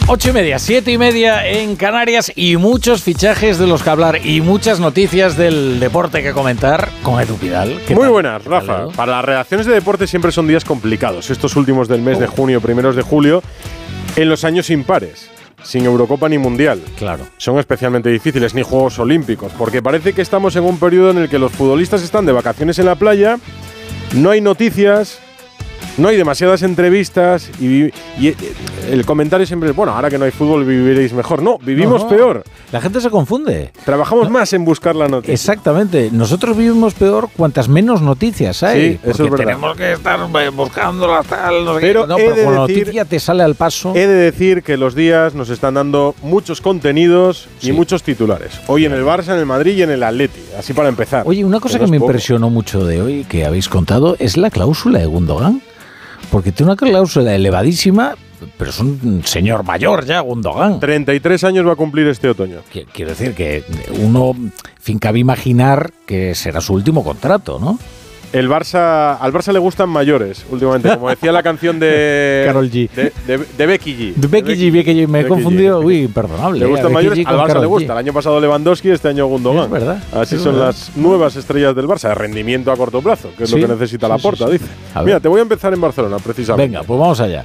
8:30, 7:30 en Canarias y muchos fichajes de los que hablar y muchas noticias del deporte que comentar con Edu Pidal. Muy buenas, Rafa. Para las redacciones de deporte siempre son días complicados, estos últimos del mes de junio, primeros de julio, en los años impares, sin Eurocopa ni Mundial. Claro. Son especialmente difíciles, ni Juegos Olímpicos, porque parece que estamos en un periodo en el que los futbolistas están de vacaciones en la playa, no hay noticias, no hay demasiadas entrevistas y el comentario siempre es, bueno, ahora que no hay fútbol viviréis mejor. No, vivimos peor. La gente se confunde. Trabajamos más en buscar la noticia. Exactamente. Nosotros vivimos peor cuantas menos noticias hay. Sí, eso es verdad. Tenemos que estar buscándolas tal, no sé pero qué. No, pero con la noticia te sale al paso. He de decir que los días nos están dando muchos contenidos y muchos titulares. Hoy en el Barça, en el Madrid y en el Atleti. Así para empezar. Oye, una cosa que me impresionó mucho de hoy, que habéis contado, es la cláusula de Gundogan. Porque tiene una cláusula elevadísima, pero es un señor mayor ya, Gundogan. 33 años va a cumplir este otoño. Quiero decir que uno, en fin, cabe imaginar que será su último contrato, ¿no? Al Barça le gustan mayores últimamente, como decía la canción de Karol G. De Becky G. De Becky G, me he confundido. Uy, imperdonable. Le gustan mayores, al Barça le gusta. El año pasado Lewandowski, este año Gundogan. Es verdad. Así son las nuevas estrellas del Barça, de rendimiento a corto plazo, que es lo que necesita Laporta, dice. Mira, te voy a empezar en Barcelona, precisamente. Venga, pues vamos allá.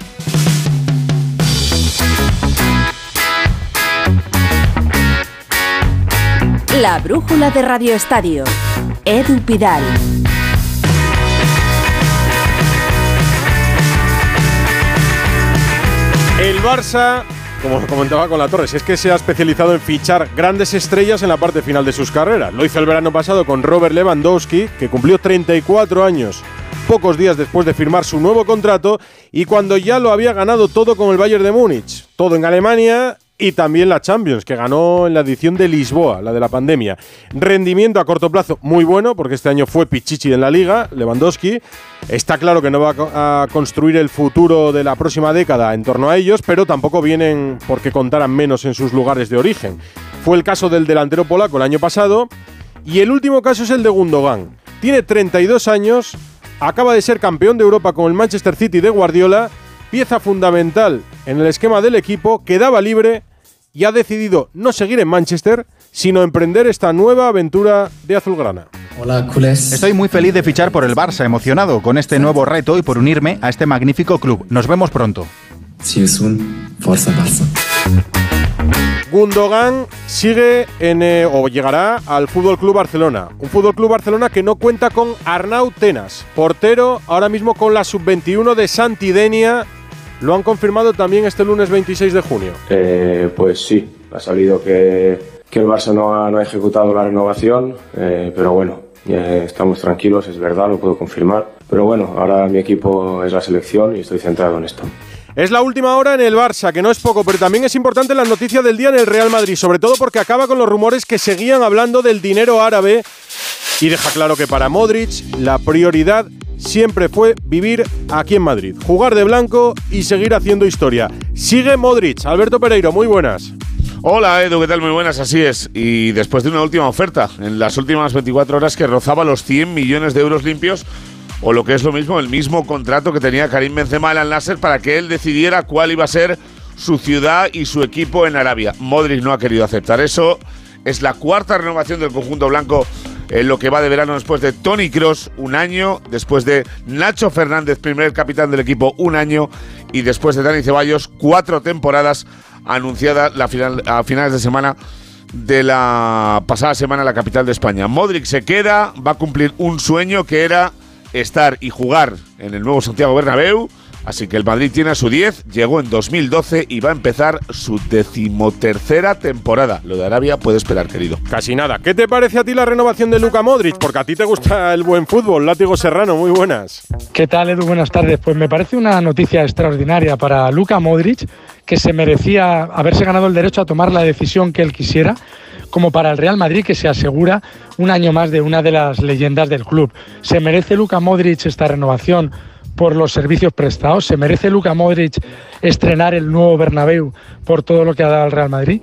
La brújula de Radio Estadio. Edu Pidal. El Barça, como comentaba con la Torre, si es que se ha especializado en fichar grandes estrellas en la parte final de sus carreras. Lo hizo el verano pasado con Robert Lewandowski, que cumplió 34 años, pocos días después de firmar su nuevo contrato, y cuando ya lo había ganado todo con el Bayern de Múnich. Todo en Alemania y también la Champions, que ganó en la edición de Lisboa, la de la pandemia. Rendimiento a corto plazo muy bueno, porque este año fue pichichi en la Liga, Lewandowski. Está claro que no va a construir el futuro de la próxima década en torno a ellos, pero tampoco vienen porque contaran menos en sus lugares de origen. Fue el caso del delantero polaco el año pasado, y el último caso es el de Gundogan. Tiene 32 años, acaba de ser campeón de Europa con el Manchester City de Guardiola, pieza fundamental en el esquema del equipo, quedaba libre y ha decidido no seguir en Manchester, sino emprender esta nueva aventura de azulgrana. Hola, culés. Estoy muy feliz de fichar por el Barça, emocionado con este nuevo reto y por unirme a este magnífico club. Nos vemos pronto. See you soon. Forza Barça. Gundogan sigue o llegará al Fútbol Club Barcelona. Un Fútbol Club Barcelona que no cuenta con Arnau Tenas, portero ahora mismo con la sub-21 de Santidenia. Lo han confirmado también este lunes 26 de junio. Pues sí, ha salido que el Barça no ha ejecutado la renovación, pero bueno, estamos tranquilos, es verdad, lo puedo confirmar. Pero bueno, ahora mi equipo es la selección y estoy centrado en esto. Es la última hora en el Barça, que no es poco, pero también es importante la noticia del día en el Real Madrid, sobre todo porque acaba con los rumores que seguían hablando del dinero árabe y deja claro que para Modric la prioridad siempre fue vivir aquí en Madrid, jugar de blanco y seguir haciendo historia. Sigue Modric. Alberto Pereiro, muy buenas. Hola Edu, ¿qué tal? Muy buenas, así es. Y después de una última oferta en las últimas 24 horas que rozaba los 100 millones de euros limpios, o lo que es lo mismo, el mismo contrato que tenía Karim Benzema al Al-Nassr para que él decidiera cuál iba a ser su ciudad y su equipo en Arabia. Modric no ha querido aceptar eso. Es la cuarta renovación del conjunto blanco en lo que va de verano, después de Toni Kroos, un año, después de Nacho Fernández, primer capitán del equipo, un año, y después de Dani Ceballos, 4 temporadas, anunciada a finales de semana de la pasada semana en la capital de España. Modric se queda, va a cumplir un sueño que era estar y jugar en el nuevo Santiago Bernabéu. Así que el Madrid tiene a su 10, llegó en 2012 y va a empezar su 13ª temporada. Lo de Arabia puede esperar, querido. Casi nada. ¿Qué te parece a ti la renovación de Luka Modric? Porque a ti te gusta el buen fútbol. Látigo Serrano, muy buenas. ¿Qué tal, Edu? Buenas tardes. Pues me parece una noticia extraordinaria para Luka Modric, que se merecía haberse ganado el derecho a tomar la decisión que él quisiera, como para el Real Madrid, que se asegura un año más de una de las leyendas del club. Se merece Luka Modric esta renovación por los servicios prestados, se merece Luka Modric estrenar el nuevo Bernabéu por todo lo que ha dado al Real Madrid.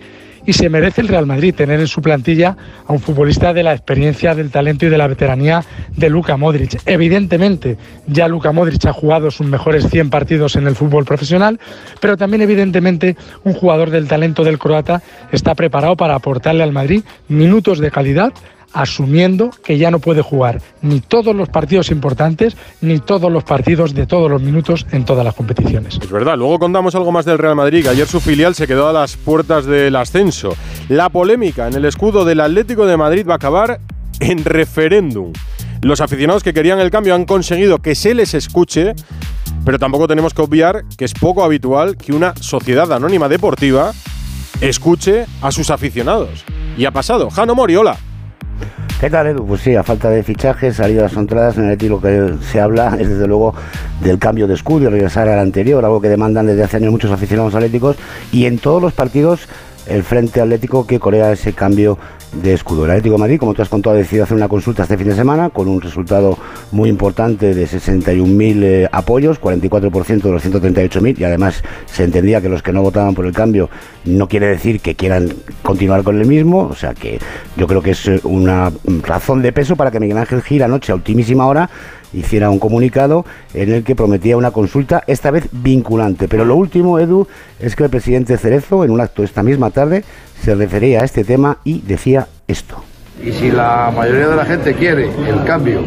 y se merece el Real Madrid tener en su plantilla a un futbolista de la experiencia, del talento y de la veteranía de Luka Modric. Evidentemente, ya Luka Modric ha jugado sus mejores 100 partidos en el fútbol profesional, pero también evidentemente un jugador del talento del croata está preparado para aportarle al Madrid minutos de calidad, asumiendo que ya no puede jugar ni todos los partidos importantes, ni todos los partidos de todos los minutos en todas las competiciones. Es verdad, luego contamos algo más del Real Madrid, que ayer su filial se quedó a las puertas del ascenso. La polémica en el escudo del Atlético de Madrid va a acabar en referéndum. Los aficionados que querían el cambio han conseguido que se les escuche, pero tampoco tenemos que obviar que es poco habitual que una sociedad anónima deportiva escuche a sus aficionados. Y ha pasado. Jano Mori, hola. ¿Qué tal, Edu? Pues sí, a falta de fichajes, salidas o entradas, en el Atlético lo que se habla es desde luego del cambio de escudo y regresar al anterior, algo que demandan desde hace años muchos aficionados atléticos, y en todos los partidos el Frente Atlético que corea ese cambio de escudo. El Atlético de Madrid, como tú has contado, ha decidido hacer una consulta este fin de semana con un resultado muy importante de 61.000 apoyos, 44% de los 138.000, y además se entendía que los que no votaban por el cambio no quiere decir que quieran continuar con el mismo, o sea que yo creo que es una razón de peso para que Miguel Ángel Gil anoche a ultimísima hora hiciera un comunicado en el que prometía una consulta, esta vez vinculante. Pero lo último, Edu, es que el presidente Cerezo, en un acto esta misma tarde, se refería a este tema y decía esto. Y si la mayoría de la gente quiere el cambio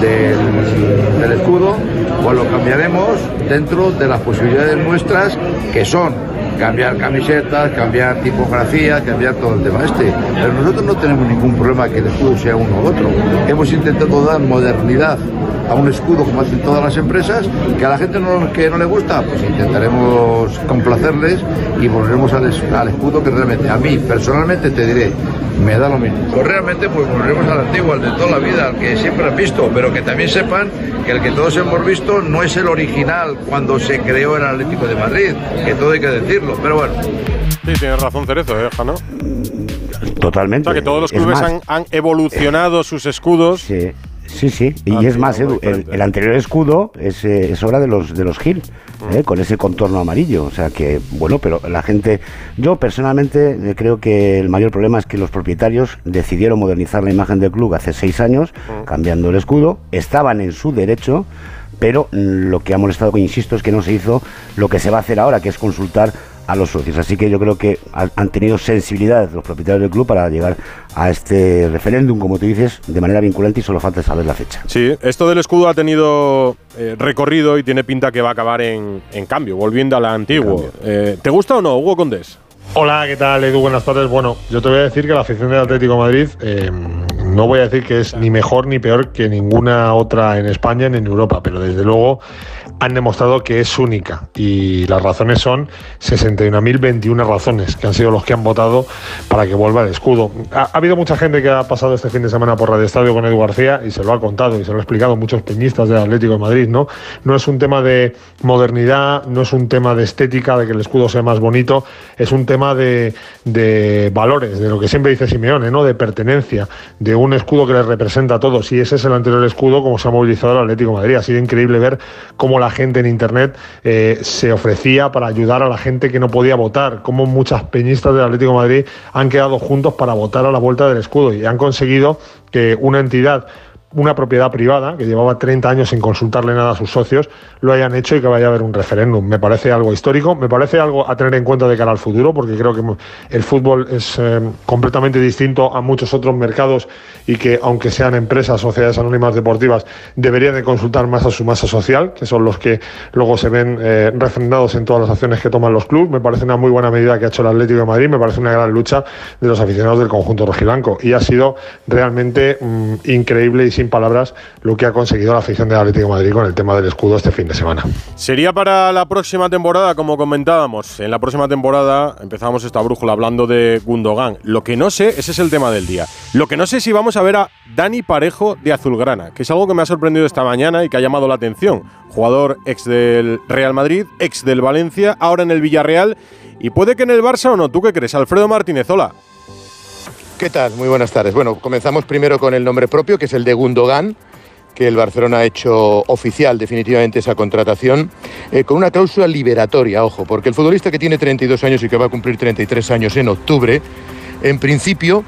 del escudo, pues lo cambiaremos dentro de las posibilidades nuestras, que son cambiar camisetas, cambiar tipografía, cambiar todo el tema este. Pero nosotros no tenemos ningún problema que el escudo sea uno u otro. Hemos intentado dar modernidad a un escudo como hacen todas las empresas, que a la gente que no le gusta, pues intentaremos complacerles y volveremos al escudo que realmente, a mí personalmente te diré, me da lo mismo. Pues realmente pues volveremos al antiguo, al de toda la vida, al que siempre han visto, pero que también sepan que el que todos hemos visto no es el original cuando se creó el Atlético de Madrid, que todo hay que decirlo, pero bueno. Sí, tienes razón Cerezo, Jano. Totalmente. O sea, que todos los clubes han evolucionado sus escudos. Sí. Sí, y es más, Edu, el anterior escudo es obra de los Gil, con ese contorno amarillo, o sea que, bueno, pero la gente, yo personalmente creo que el mayor problema es que los propietarios decidieron modernizar la imagen del club hace 6 años, cambiando el escudo, estaban en su derecho, pero lo que ha molestado, insisto, es que no se hizo lo que se va a hacer ahora, que es consultar a los socios. Así que yo creo que han tenido sensibilidad los propietarios del club para llegar a este referéndum, como tú dices, de manera vinculante, y solo falta saber la fecha. Sí, esto del escudo ha tenido recorrido y tiene pinta que va a acabar en cambio, volviendo a la antigua. ¿Te gusta o no, Hugo Condés? Hola, ¿qué tal, Edu? Buenas tardes. Bueno, yo te voy a decir que la afición del Atlético de Madrid no voy a decir que es ni mejor ni peor que ninguna otra en España ni en Europa, pero desde luego han demostrado que es única, y las razones son 61.021 razones, que han sido los que han votado para que vuelva el escudo. Ha habido mucha gente que ha pasado este fin de semana por Radio Estadio con Edu García y se lo ha contado y se lo ha explicado muchos peñistas del Atlético de Madrid, ¿no? No es un tema de modernidad, no es un tema de estética, de que el escudo sea más bonito, es un tema de valores, de lo que siempre dice Simeone, ¿no? De pertenencia, de un escudo que les representa a todos, y ese es el anterior escudo, como se ha movilizado el Atlético de Madrid. Ha sido increíble ver cómo la gente en internet se ofrecía para ayudar a la gente que no podía votar, cómo muchas peñistas del Atlético de Madrid han quedado juntos para votar a la vuelta del escudo, y han conseguido que una entidad, una propiedad privada que llevaba 30 años sin consultarle nada a sus socios, lo hayan hecho y que vaya a haber un referéndum. Me parece algo histórico, me parece algo a tener en cuenta de cara al futuro, porque creo que el fútbol es completamente distinto a muchos otros mercados, y que aunque sean empresas, sociedades anónimas deportivas, deberían de consultar más a su masa social, que son los que luego se ven refrendados en todas las acciones que toman los clubes. Me parece una muy buena medida que ha hecho el Atlético de Madrid, me parece una gran lucha de los aficionados del conjunto rojiblanco, y ha sido realmente increíble y sin palabras lo que ha conseguido la afición del Atlético de Madrid con el tema del escudo este fin de semana. Sería para la próxima temporada, como comentábamos. En la próxima temporada empezamos esta brújula hablando de Gundogan. Lo que no sé, ese es el tema del día. Lo que no sé es si vamos a ver a Dani Parejo de Azulgrana, que es algo que me ha sorprendido esta mañana y que ha llamado la atención. Jugador ex del Real Madrid, ex del Valencia, ahora en el Villarreal, y puede que en el Barça o no. ¿Tú qué crees? Alfredo Martínez, hola. ¿Qué tal? Muy buenas tardes. Bueno, comenzamos primero con el nombre propio, que es el de Gundogan, que el Barcelona ha hecho oficial definitivamente esa contratación, con una cláusula liberatoria, ojo, porque el futbolista que tiene 32 años y que va a cumplir 33 años en octubre, en principio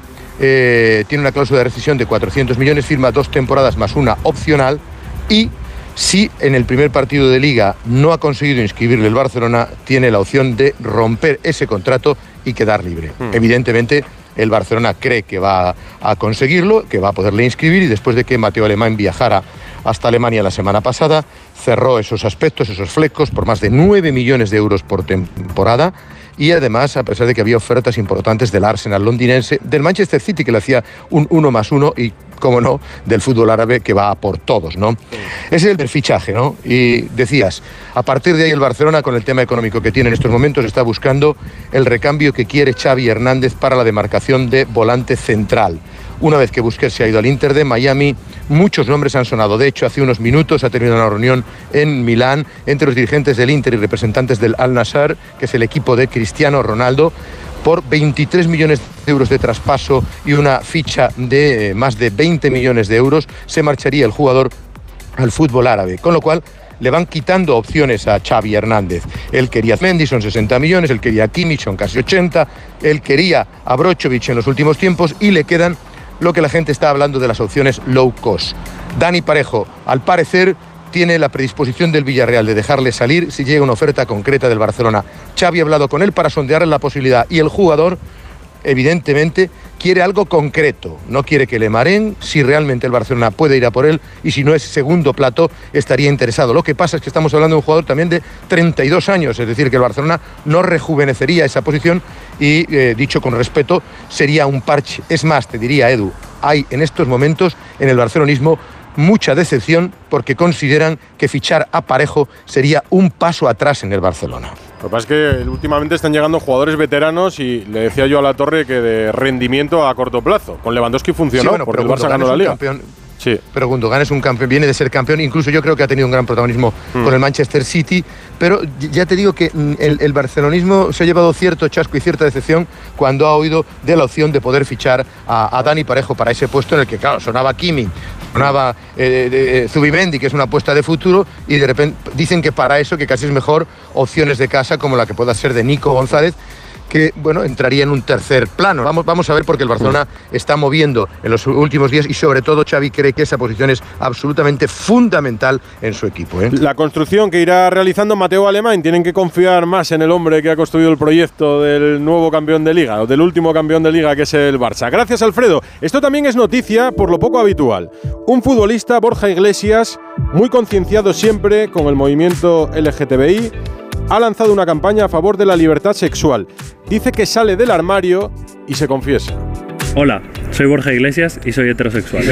tiene una cláusula de rescisión de 400 millones, firma 2 temporadas más una opcional, y si en el primer partido de Liga no ha conseguido inscribirle el Barcelona, tiene la opción de romper ese contrato y quedar libre. Evidentemente, el Barcelona cree que va a conseguirlo, que va a poderle inscribir, y después de que Mateo Alemán viajara hasta Alemania la semana pasada, cerró esos aspectos, esos flecos, por más de 9 millones de euros por temporada, y además, a pesar de que había ofertas importantes del Arsenal londinense, del Manchester City, que le hacía un 1+1, y, como no, del fútbol árabe, que va a por todos, ¿no? Ese es el fichaje, ¿no? Y decías, a partir de ahí el Barcelona, con el tema económico que tiene en estos momentos, está buscando el recambio que quiere Xavi Hernández para la demarcación de volante central. Una vez que Busquets se ha ido al Inter de Miami, muchos nombres han sonado. De hecho, hace unos minutos ha tenido una reunión en Milán entre los dirigentes del Inter y representantes del Al-Nassr, que es el equipo de Cristiano Ronaldo, por 23 millones de euros de traspaso y una ficha de más de 20 millones de euros, se marcharía el jugador al fútbol árabe, con lo cual le van quitando opciones a Xavi Hernández. Él quería Mendy, son 60 millones, él quería Kimmich, son casi 80, él quería a Brozovic en los últimos tiempos, y le quedan lo que la gente está hablando de las opciones low cost. Dani Parejo, al parecer, tiene la predisposición del Villarreal de dejarle salir si llega una oferta concreta del Barcelona. Xavi ha hablado con él para sondearle la posibilidad, y el jugador, evidentemente, quiere algo concreto. No quiere que le mareen. Si realmente el Barcelona puede ir a por él, y si no es segundo plato, estaría interesado. Lo que pasa es que estamos hablando de un jugador también de 32 años, es decir, que el Barcelona no rejuvenecería esa posición y, dicho con respeto, sería un parche. Es más, te diría, Edu, hay en estos momentos en el barcelonismo mucha decepción porque consideran que fichar a Parejo sería un paso atrás en el Barcelona. Lo que pasa es que últimamente están llegando jugadores veteranos, y le decía yo a La Torre que de rendimiento a corto plazo. Con Lewandowski funcionó, sí, bueno, porque el Barça ganó la Liga. Campeón. Sí. Pero Gundogan es un campeón, viene de ser campeón, incluso yo creo que ha tenido un gran protagonismo con el Manchester City, pero ya te digo que el barcelonismo se ha llevado cierto chasco y cierta decepción cuando ha oído de la opción de poder fichar a Dani Parejo para ese puesto en el que, claro, sonaba Kimmich, sonaba Zubimendi, que es una apuesta de futuro, y de repente dicen que para eso, que casi es mejor opciones de casa como la que pueda ser de Nico González, que, bueno, entraría en un tercer plano. Vamos a ver, porque el Barcelona está moviendo en los últimos días, y sobre todo Xavi cree que esa posición es absolutamente fundamental en su equipo, ¿eh? La construcción que irá realizando Mateo Alemán, tienen que confiar más en el hombre que ha construido el proyecto del nuevo campeón de Liga, o del último campeón de Liga, que es el Barça. Gracias, Alfredo. Esto también es noticia por lo poco habitual. Un futbolista, Borja Iglesias, muy concienciado siempre con el movimiento LGTBI, ha lanzado una campaña a favor de la libertad sexual. Dice que sale del armario y se confiesa. Hola, soy Borja Iglesias y soy heterosexual.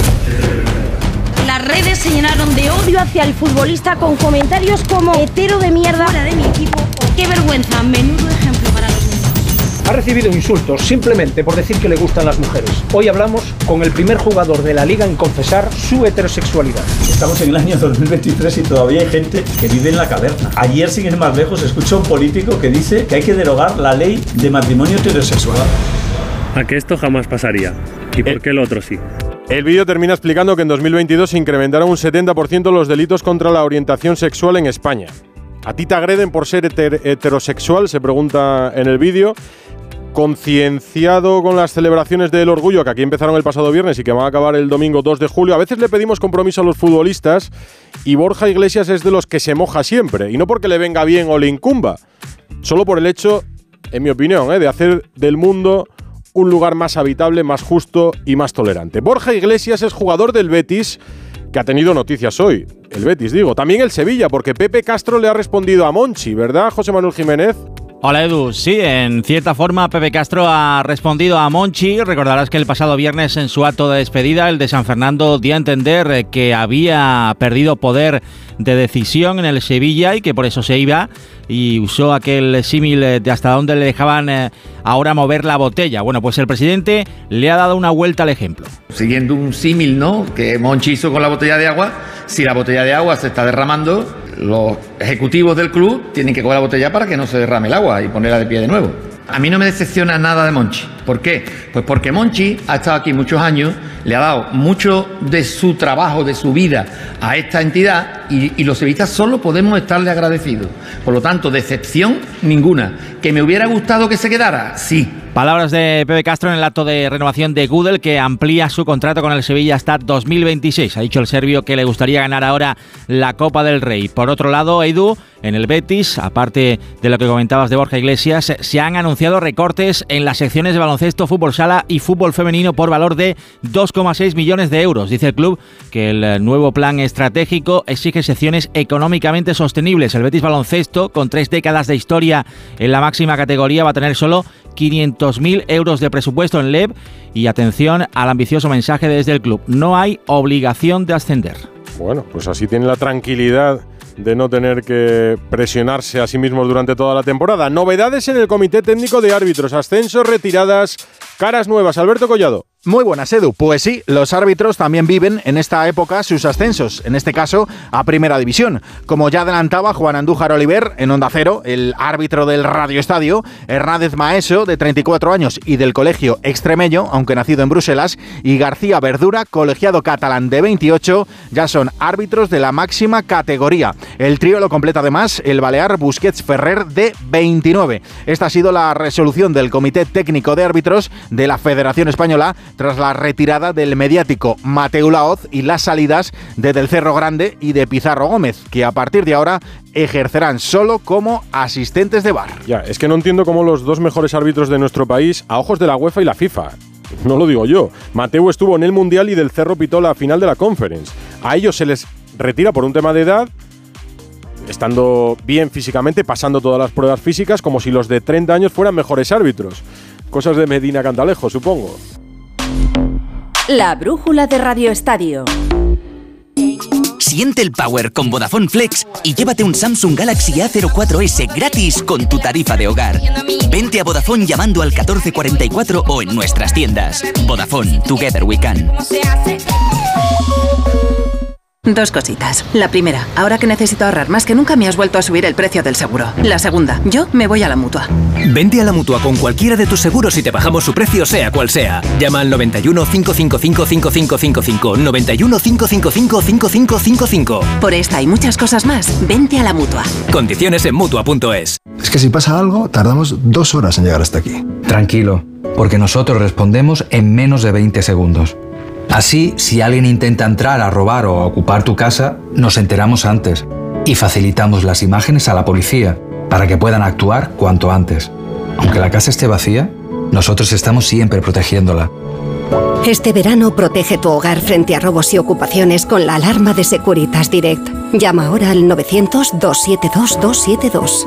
Las redes se llenaron de odio hacia el futbolista con comentarios como hetero de mierda, fuera de mi equipo, o qué vergüenza, menudo ejemplo para los niños. Ha recibido insultos simplemente por decir que le gustan las mujeres. Hoy hablamos con el primer jugador de la Liga en confesar su heterosexualidad. Estamos en el año 2023 y todavía hay gente que vive en la caverna. Ayer, sin ir más lejos, escuché a un político que dice que hay que derogar la ley de matrimonio heterosexual. A que esto jamás pasaría. ¿Y por qué el otro sí? El vídeo termina explicando que en 2022 se incrementaron un 70% los delitos contra la orientación sexual en España. ¿A ti te agreden por ser heterosexual?, se pregunta en el vídeo. Concienciado con las celebraciones del orgullo, que aquí empezaron el pasado viernes y que van a acabar el domingo 2 de julio, a veces le pedimos compromiso a los futbolistas, y Borja Iglesias es de los que se moja siempre, y no porque le venga bien o le incumba, solo por el hecho, en mi opinión, de hacer del mundo un lugar más habitable, más justo y más tolerante. Borja Iglesias es jugador del Betis, que ha tenido noticias hoy. El Betis, digo. También el Sevilla, porque Pepe Castro le ha respondido a Monchi, ¿verdad, José Manuel Jiménez? Hola, Edu. Sí, en cierta forma Pepe Castro ha respondido a Monchi. Recordarás que el pasado viernes, en su acto de despedida, el de San Fernando dio a entender que había perdido poder de decisión en el Sevilla y que por eso se iba, y usó aquel símil de hasta dónde le dejaban ahora mover la botella. Bueno, pues el presidente le ha dado una vuelta al ejemplo. Siguiendo un símil, ¿no?, que Monchi hizo con la botella de agua, si la botella de agua se está derramando, los ejecutivos del club tienen que coger la botella para que no se derrame el agua y ponerla de pie de nuevo. A mí no me decepciona nada de Monchi. ¿Por qué? Pues porque Monchi ha estado aquí muchos años le ha dado mucho de su trabajo, de su vida a esta entidad y los sevillistas solo podemos estarle agradecidos. Por lo tanto, decepción ninguna. ¿Que me hubiera gustado que se quedara? Sí. Palabras de Pepe Castro en el acto de renovación de Gudel, que amplía su contrato con el Sevilla hasta 2026. Ha dicho el serbio que le gustaría ganar ahora la Copa del Rey. Por otro lado, Edu, en el Betis, aparte de lo que comentabas de Borja Iglesias, se han anunciado recortes en las secciones de baloncesto, fútbol sala y fútbol femenino por valor de 2,6 millones de euros. Dice el club que el nuevo plan estratégico exige secciones económicamente sostenibles. El Betis Baloncesto, con 3 décadas de historia en la máxima categoría, va a tener solo 500.000 euros de presupuesto en LEB y atención al ambicioso mensaje desde el club. No hay obligación de ascender. Bueno, pues así tiene la tranquilidad de no tener que presionarse a sí mismos durante toda la temporada. Novedades en el Comité Técnico de Árbitros, ascensos, retiradas, caras nuevas. Alberto Collado. Muy buenas, Edu. Pues sí, los árbitros también viven en esta época sus ascensos, en este caso a Primera División. Como ya adelantaba Juan Andújar Oliver en Onda Cero, el árbitro del Radio Estadio, Hernández Maeso, de 34 años y del Colegio Extremeño, aunque nacido en Bruselas, y García Verdura, colegiado catalán de 28, ya son árbitros de la máxima categoría. El trío lo completa además el balear Busquets Ferrer, de 29. Esta ha sido la resolución del Comité Técnico de Árbitros de la Federación Española tras la retirada del mediático Mateu Laoz y las salidas de Del Cerro Grande y de Pizarro Gómez, que a partir de ahora ejercerán solo como asistentes de VAR. Ya, es que no entiendo cómo los dos mejores árbitros de nuestro país, a ojos de la UEFA y la FIFA, no lo digo yo, Mateu estuvo en el Mundial y Del Cerro pitó la final de la Conference. A ellos se les retira por un tema de edad, estando bien físicamente, pasando todas las pruebas físicas, como si los de 30 años fueran mejores árbitros. Cosas de Medina Cantalejo, supongo. La brújula de Radio Estadio. Siente el power con Vodafone Flex y llévate un Samsung Galaxy A04S gratis con tu tarifa de hogar. Vente a Vodafone llamando al 1444 o en nuestras tiendas. Vodafone, Together We Can. Dos cositas. La primera, ahora que necesito ahorrar más que nunca me has vuelto a subir el precio del seguro. La segunda, yo me voy a la Mutua. Vente a la Mutua con cualquiera de tus seguros y te bajamos su precio sea cual sea. Llama al 91 555 5555, 91 555 5555. Por esta y muchas cosas más, vente a la Mutua. Condiciones en Mutua.es. Es que si pasa algo, tardamos 2 horas en llegar hasta aquí. Tranquilo, porque nosotros respondemos en menos de 20 segundos. Así, si alguien intenta entrar a robar o a ocupar tu casa, nos enteramos antes y facilitamos las imágenes a la policía para que puedan actuar cuanto antes. Aunque la casa esté vacía, nosotros estamos siempre protegiéndola. Este verano protege tu hogar frente a robos y ocupaciones con la alarma de Securitas Direct. Llama ahora al 900-272-272.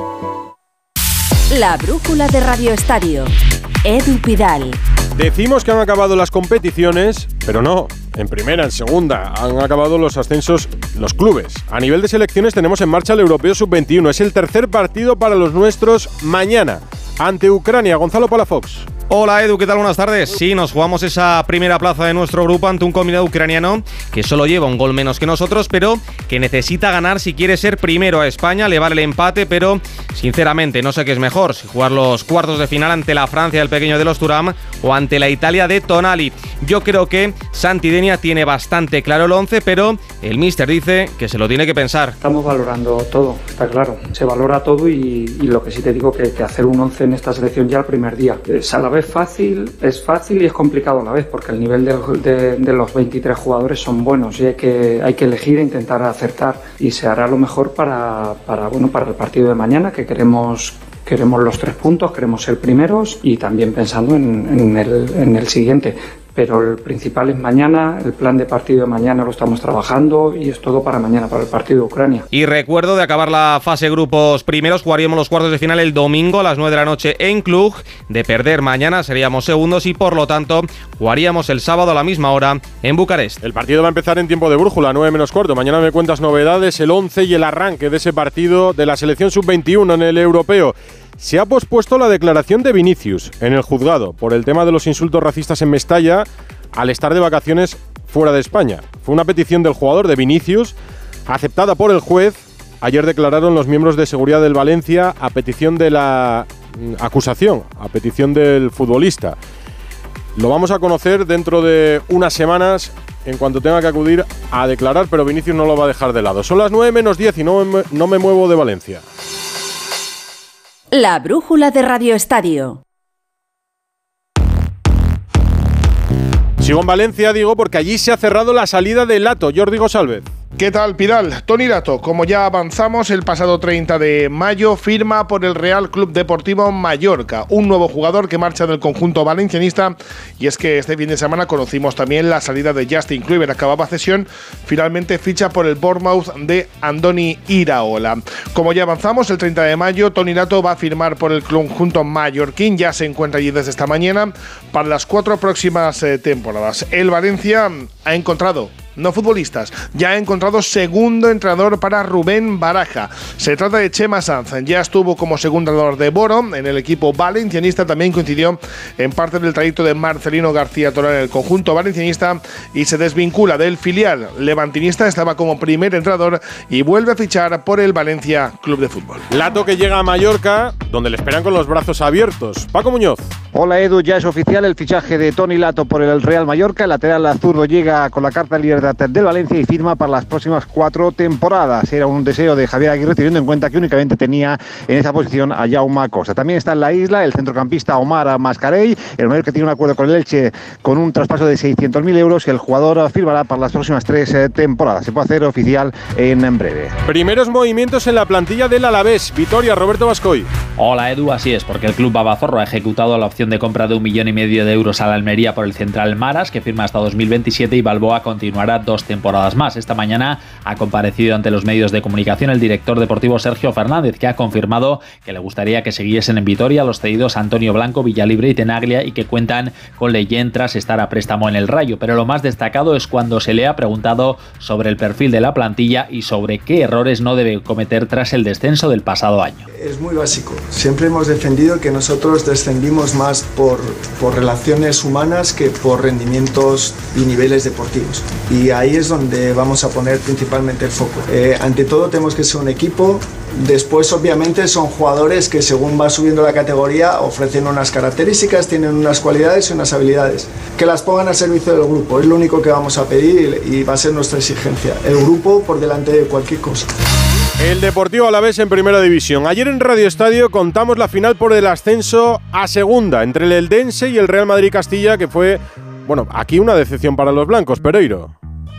La brújula de Radio Estadio. Edu Pidal. Decimos que han acabado las competiciones, pero no. En primera, en segunda, han acabado los ascensos, los clubes. A nivel de selecciones tenemos en marcha el Europeo Sub-21. Es el tercer partido para los nuestros mañana, ante Ucrania. Gonzalo Palafox. Hola Edu, ¿qué tal? Buenas tardes. Sí, nos jugamos esa primera plaza de nuestro grupo ante un combinado ucraniano que solo lleva un gol menos que nosotros, pero que necesita ganar si quiere ser primero a España. Le vale el empate, pero sinceramente no sé qué es mejor, si jugar los cuartos de final ante la Francia del pequeño de los Thuram o ante la Italia de Tonali. Yo creo que Santi Denia tiene bastante claro el 11, pero el míster dice que se lo tiene que pensar. Estamos valorando todo, está claro. Se valora todo y lo que sí te digo que hacer un 11 en esta selección ya el primer día es a la vez fácil y es complicado a la vez, porque el nivel de los 23 jugadores son buenos y hay que elegir e intentar acertar, y se hará lo mejor para el partido de mañana, que queremos los 3 puntos, queremos ser primeros y también pensando en el siguiente. Pero el principal es mañana, el plan de partido de mañana lo estamos trabajando y es todo para mañana, para el partido de Ucrania. Y recuerdo, de acabar la fase grupos primeros, jugaríamos los cuartos de final el domingo a las 9 de la noche en Cluj. De perder mañana seríamos segundos y por lo tanto jugaríamos el sábado a la misma hora en Bucarest. El partido va a empezar en tiempo de brújula, 9 menos cuarto. Mañana me cuentas novedades, el 11 y el arranque de ese partido de la selección sub-21 en el europeo. Se ha pospuesto la declaración de Vinicius en el juzgado por el tema de los insultos racistas en Mestalla al estar de vacaciones fuera de España. Fue una petición del jugador, de Vinicius, aceptada por el juez. Ayer declararon los miembros de seguridad del Valencia a petición de la acusación, a petición del futbolista. Lo vamos a conocer dentro de unas semanas en cuanto tenga que acudir a declarar, pero Vinicius no lo va a dejar de lado. Son las 9:10 y no me muevo de Valencia. La brújula de Radio Estadio. Sigo en Valencia, digo, porque allí se ha cerrado la salida de Lato. Jordi González. ¿Qué tal, Pidal? Toni Lato, como ya avanzamos, el pasado 30 de mayo firma por el Real Club Deportivo Mallorca, un nuevo jugador que marcha del conjunto valencianista, y es que este fin de semana conocimos también la salida de Justin Kluivert, acababa cesión, finalmente ficha por el Bournemouth de Andoni Iraola. Como ya avanzamos, el 30 de mayo, Toni Lato va a firmar por el conjunto mallorquín, ya se encuentra allí desde esta mañana, para las 4 próximas temporadas. El Valencia ha encontrado no futbolistas, ya ha encontrado segundo entrenador para Rubén Baraja. Se trata de Chema Sanz, ya estuvo como segundo entrenador de Boro en el equipo valencianista, también coincidió en parte del trayecto de Marcelino García Toral en el conjunto valencianista y se desvincula del filial levantinista, estaba como primer entrenador y vuelve a fichar por el Valencia Club de Fútbol. Lato que llega a Mallorca, donde le esperan con los brazos abiertos. Paco Muñoz. Hola Edu, ya es oficial el fichaje de Toni Lato por el Real Mallorca. El lateral zurdo llega con la carta de libertad del Valencia y firma para las próximas 4 temporadas. Era un deseo de Javier Aguirre, teniendo en cuenta que únicamente tenía en esa posición a Jaume Costa. También está en la isla el centrocampista Omar Mascarell. El Mallorca tiene un acuerdo con el Elche con un traspaso de 600.000 euros. El jugador firmará para las próximas 3 temporadas. Se puede hacer oficial en breve. Primeros movimientos en la plantilla del Alavés. Vitoria, Roberto Bascoy. Hola Edu, así es, porque el club Babazorro ha ejecutado la opción de compra de 1,5 millones de euros a la Almería por el central Maras, que firma hasta 2027, y Balboa continuará 2 temporadas más. Esta mañana ha comparecido ante los medios de comunicación el director deportivo Sergio Fernández, que ha confirmado que le gustaría que siguiesen en Vitoria los cedidos Antonio Blanco, Villalibre y Tenaglia, y que cuentan con Leyen tras estar a préstamo en el Rayo. Pero lo más destacado es cuando se le ha preguntado sobre el perfil de la plantilla y sobre qué errores no debe cometer tras el descenso del pasado año. Es muy básico. Siempre hemos defendido que nosotros descendimos más por relaciones humanas que por rendimientos y niveles deportivos. Y ahí es donde vamos a poner principalmente el foco. Ante todo tenemos que ser un equipo. Después, obviamente, son jugadores que según va subiendo la categoría ofrecen unas características, tienen unas cualidades y unas habilidades. Que las pongan al servicio del grupo. Es lo único que vamos a pedir y va a ser nuestra exigencia. El grupo por delante de cualquier cosa. El Deportivo Alavés en Primera División. Ayer en Radio Estadio contamos la final por el ascenso a Segunda entre el Eldense y el Real Madrid Castilla, que fue, bueno, aquí una decepción para los blancos. Pereiro.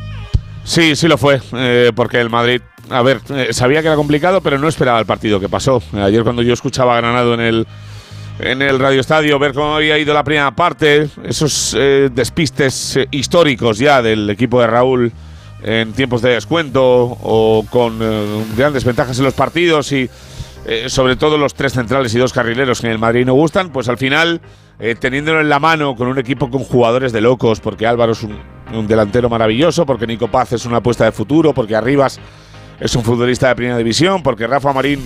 Sí, sí lo fue, porque el Madrid, a ver, sabía que era complicado, pero no esperaba el partido que pasó. Ayer cuando yo escuchaba a Granado en el Radio Estadio, ver cómo había ido la primera parte, esos despistes históricos ya del equipo de Raúl en tiempos de descuento o con grandes ventajas en los partidos y sobre todo los 3 centrales y 2 carrileros que en el Madrid no gustan, pues al final, teniéndolo en la mano con un equipo con jugadores de locos, porque Álvaro es un delantero maravilloso, porque Nico Paz es una apuesta de futuro, porque Arribas es un futbolista de Primera División, porque Rafa Marín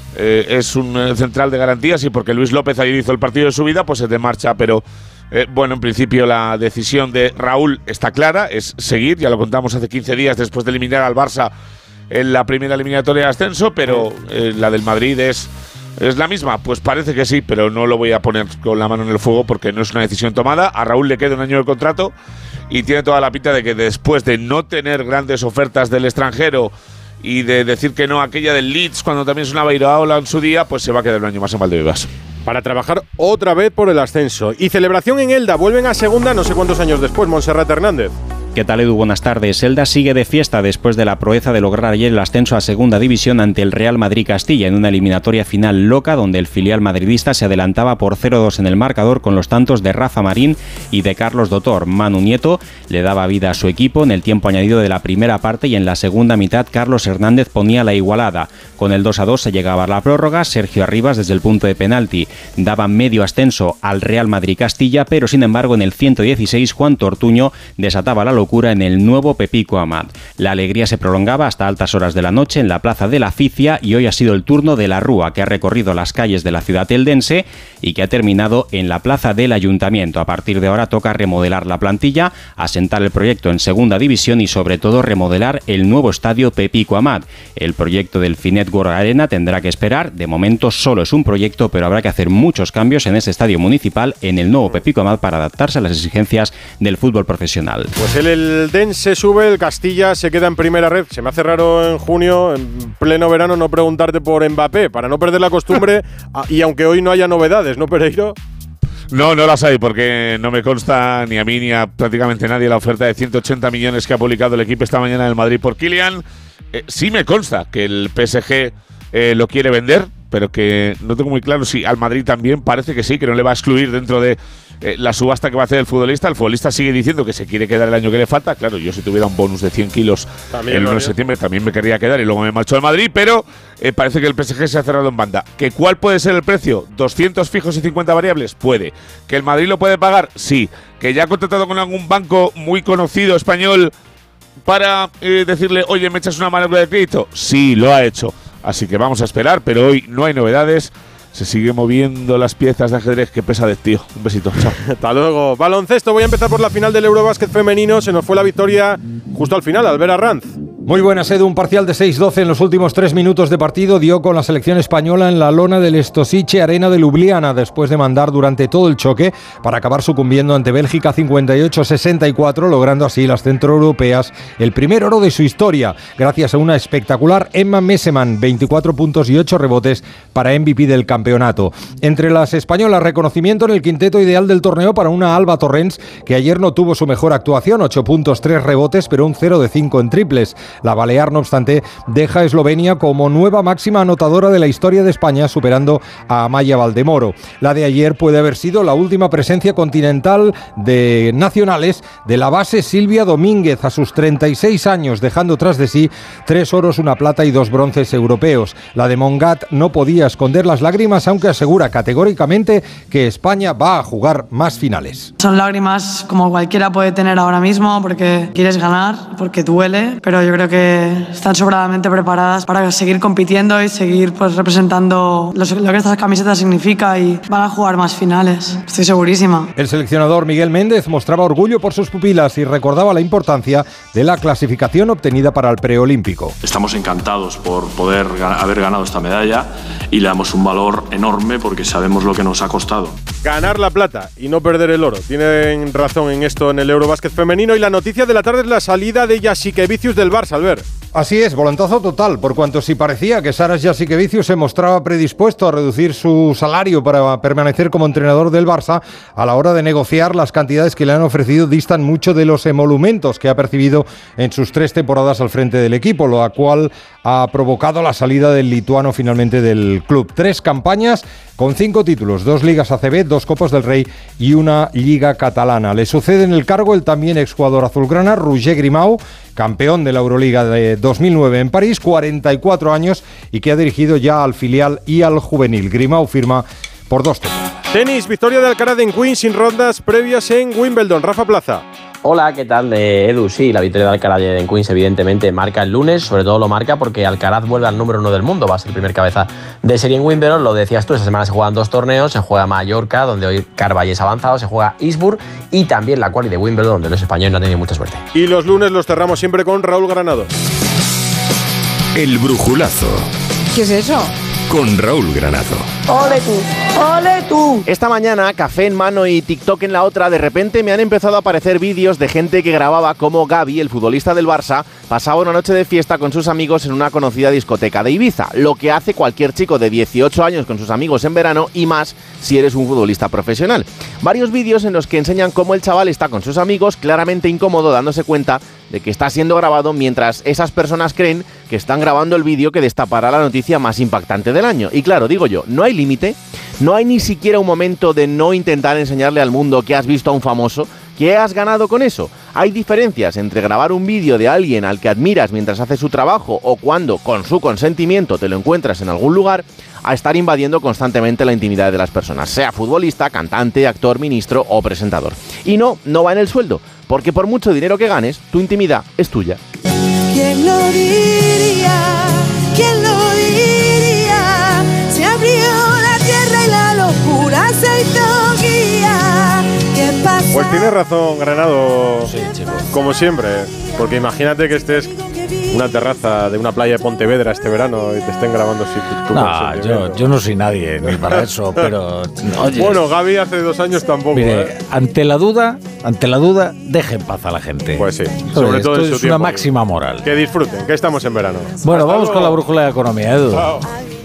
es un central de garantías y porque Luis López ayer hizo el partido de su vida, pues es de marcha, pero bueno, en principio la decisión de Raúl está clara, es seguir, ya lo contamos hace 15 días después de eliminar al Barça en la primera eliminatoria de ascenso, pero la del Madrid es la misma. Pues parece que sí, pero no lo voy a poner con la mano en el fuego porque no es una decisión tomada. A Raúl le queda 1 año de contrato y tiene toda la pinta de que después de no tener grandes ofertas del extranjero y de decir que no a aquella del Leeds cuando también sonaba Iraola en su día, pues se va a quedar 1 año más en Valdebebas. Para trabajar otra vez por el ascenso. Y celebración en Elda, vuelven a Segunda no sé cuántos años después. Montserrat Hernández. ¿Qué tal, Edu? Buenas tardes. Elda sigue de fiesta después de la proeza de lograr ayer el ascenso a Segunda División ante el Real Madrid Castilla en una eliminatoria final loca donde el filial madridista se adelantaba por 0-2 en el marcador con los tantos de Rafa Marín y de Carlos Dotor. Manu Nieto le daba vida a su equipo en el tiempo añadido de la primera parte y en la segunda mitad Carlos Hernández ponía la igualada. Con el 2-2 se llegaba a la prórroga. Sergio Arribas desde el punto de penalti daba medio ascenso al Real Madrid Castilla, pero sin embargo en el 116 Juan Tortuño desataba la locura locura en el nuevo Pepico Amat. La alegría se prolongaba hasta altas horas de la noche en la plaza de la Ficia y hoy ha sido el turno de la Rúa, que ha recorrido las calles de la ciudad eldense y que ha terminado en la plaza del Ayuntamiento. A partir de ahora toca remodelar la plantilla, asentar el proyecto en segunda división y sobre todo remodelar el nuevo estadio Pepico Amat. El proyecto del Finetworld Arena tendrá que esperar. De momento solo es un proyecto, pero habrá que hacer muchos cambios en ese estadio municipal, en el nuevo Pepico Amat, para adaptarse a las exigencias del fútbol profesional. Pues el eldense sube, el Castilla se queda en primera red. Se me hace raro en junio, en pleno verano, no preguntarte por Mbappé, para no perder la costumbre y aunque hoy no haya novedades, ¿no, Pereiro? No las hay, porque no me consta ni a mí ni a prácticamente nadie la oferta de 180 millones que ha publicado el equipo esta mañana del Madrid por Kylian. Sí me consta que el PSG lo quiere vender, pero que no tengo muy claro si al Madrid también. Parece que sí, que no le va a excluir dentro de la subasta que va a hacer el futbolista. El futbolista sigue diciendo que se quiere quedar el año que le falta. Claro, yo si tuviera un bonus de 100 kilos el 1 de septiembre también me querría quedar y luego me marcho al Madrid, pero parece que el PSG se ha cerrado en banda. ¿Que cuál puede ser el precio? ¿200 fijos y 50 variables? Puede. ¿Que el Madrid lo puede pagar? Sí. ¿Que ya ha contratado con algún banco muy conocido español para decirle, oye, ¿me echas una mano de crédito? Sí, lo ha hecho. Así que vamos a esperar, pero hoy no hay novedades. Se sigue moviendo las piezas de ajedrez. Qué pesadez, tío. Un besito. Chao. Hasta luego. Baloncesto. Voy a empezar por la final del Eurobásquet femenino. Se nos fue la victoria justo al final. Albert Arranz. Muy buenas, Edu. Un parcial de 6-12 en los últimos 3 minutos de partido dio con la selección española en la lona del Stosice Arena de Ljubljana, después de mandar durante todo el choque para acabar sucumbiendo ante Bélgica 58-64, logrando así las centroeuropeas el primer oro de su historia, gracias a una espectacular Emma Messeman, 24 puntos y 8 rebotes para MVP del campeonato. Entre las españolas, reconocimiento en el quinteto ideal del torneo para una Alba Torrents, que ayer no tuvo su mejor actuación, 8 puntos, 3 rebotes, pero un 0 de 5 en triples. La balear, no obstante, deja a Eslovenia como nueva máxima anotadora de la historia de España, superando a Amaya Valdemoro. La de ayer puede haber sido la última presencia continental de nacionales de la base Silvia Domínguez a sus 36 años, dejando tras de sí 3 oros, 1 plata y 2 bronces europeos. La de Mongat no podía esconder las lágrimas, aunque asegura categóricamente que España va a jugar más finales. Son lágrimas como cualquiera puede tener ahora mismo, porque quieres ganar, porque duele, pero yo creo que están sobradamente preparadas para seguir compitiendo y seguir representando lo que esta camiseta significa, y van a jugar más finales, estoy segurísima. El seleccionador Miguel Méndez mostraba orgullo por sus pupilas y recordaba la importancia de la clasificación obtenida para el preolímpico. Estamos encantados por poder haber ganado esta medalla y le damos un valor enorme porque sabemos lo que nos ha costado. Ganar la plata y no perder el oro. Tienen razón en esto en el Eurobásquet femenino, y la noticia de la tarde es la salida de Jasikevičius del Barça, Albert. Así es, volantazo total, por cuanto si parecía que Saras Jasikevičius se mostraba predispuesto a reducir su salario para permanecer como entrenador del Barça, a la hora de negociar las cantidades que le han ofrecido distan mucho de los emolumentos que ha percibido en sus 3 temporadas al frente del equipo, lo cual ha provocado la salida del lituano finalmente del club. 3 campañas con 5 títulos, 2 ligas ACB, 2 Copas del Rey y 1 liga catalana. Le sucede en el cargo el también exjugador azulgrana Roger Grimau, campeón de la Euroliga de 2009 en París, 44 años, y que ha dirigido ya al filial y al juvenil. Grimau firma por 2 temporadas. Tenis, victoria de Alcaraz en Queens sin rondas previas en Wimbledon. Rafa Plaza. Hola, ¿qué tal? Edu, sí, la victoria de Alcaraz en Queens evidentemente marca el lunes, sobre todo lo marca porque Alcaraz vuelve al número 1 del mundo, va a ser el primer cabeza de serie en Wimbledon, lo decías tú, esta semana se juegan 2 torneos, se juega Mallorca, donde hoy Carvalles es avanzado, se juega Eastbourne y también la quali de Wimbledon, donde los españoles no han tenido mucha suerte. Y los lunes los cerramos siempre con Raúl Granado. El brujulazo. ¿Qué es eso? Con Raúl Granado. ¡Ole tú! ¡Ole tú! Esta mañana, café en mano y TikTok en la otra, de repente me han empezado a aparecer vídeos de gente que grababa cómo Gavi, el futbolista del Barça, pasaba una noche de fiesta con sus amigos en una conocida discoteca de Ibiza, lo que hace cualquier chico de 18 años con sus amigos en verano, y más si eres un futbolista profesional. Varios vídeos en los que enseñan cómo el chaval está con sus amigos, claramente incómodo, dándose cuenta de que está siendo grabado, mientras esas personas creen que están grabando el vídeo que destapará la noticia más impactante del año. Y claro, digo yo, no hay límite, no hay ni siquiera un momento de no intentar enseñarle al mundo que has visto a un famoso. ¿Qué has ganado con eso? Hay diferencias entre grabar un vídeo de alguien al que admiras mientras hace su trabajo o cuando, con su consentimiento, te lo encuentras en algún lugar, a estar invadiendo constantemente la intimidad de las personas, sea futbolista, cantante, actor, ministro o presentador. Y no va en el sueldo, porque por mucho dinero que ganes, tu intimidad es tuya. ¿Quién lo diría? ¿Quién lo diría? Se abrió la tierra y la locura se hizo guía. ¿Qué pasa? Pues tienes razón, Granado, sí, chico. Como siempre, porque imagínate que estés en una terraza de una playa de Pontevedra este verano y te estén grabando tu No, yo no soy nadie ni para eso, pero oye, bueno, Gaby hace 2 años tampoco. Mire, ante la duda, deje en paz a la gente. Pues sí, sobre todo esto es una máxima moral. Que disfruten, que estamos en verano. Bueno, vamos con la brújula de economía, Edu. Chao.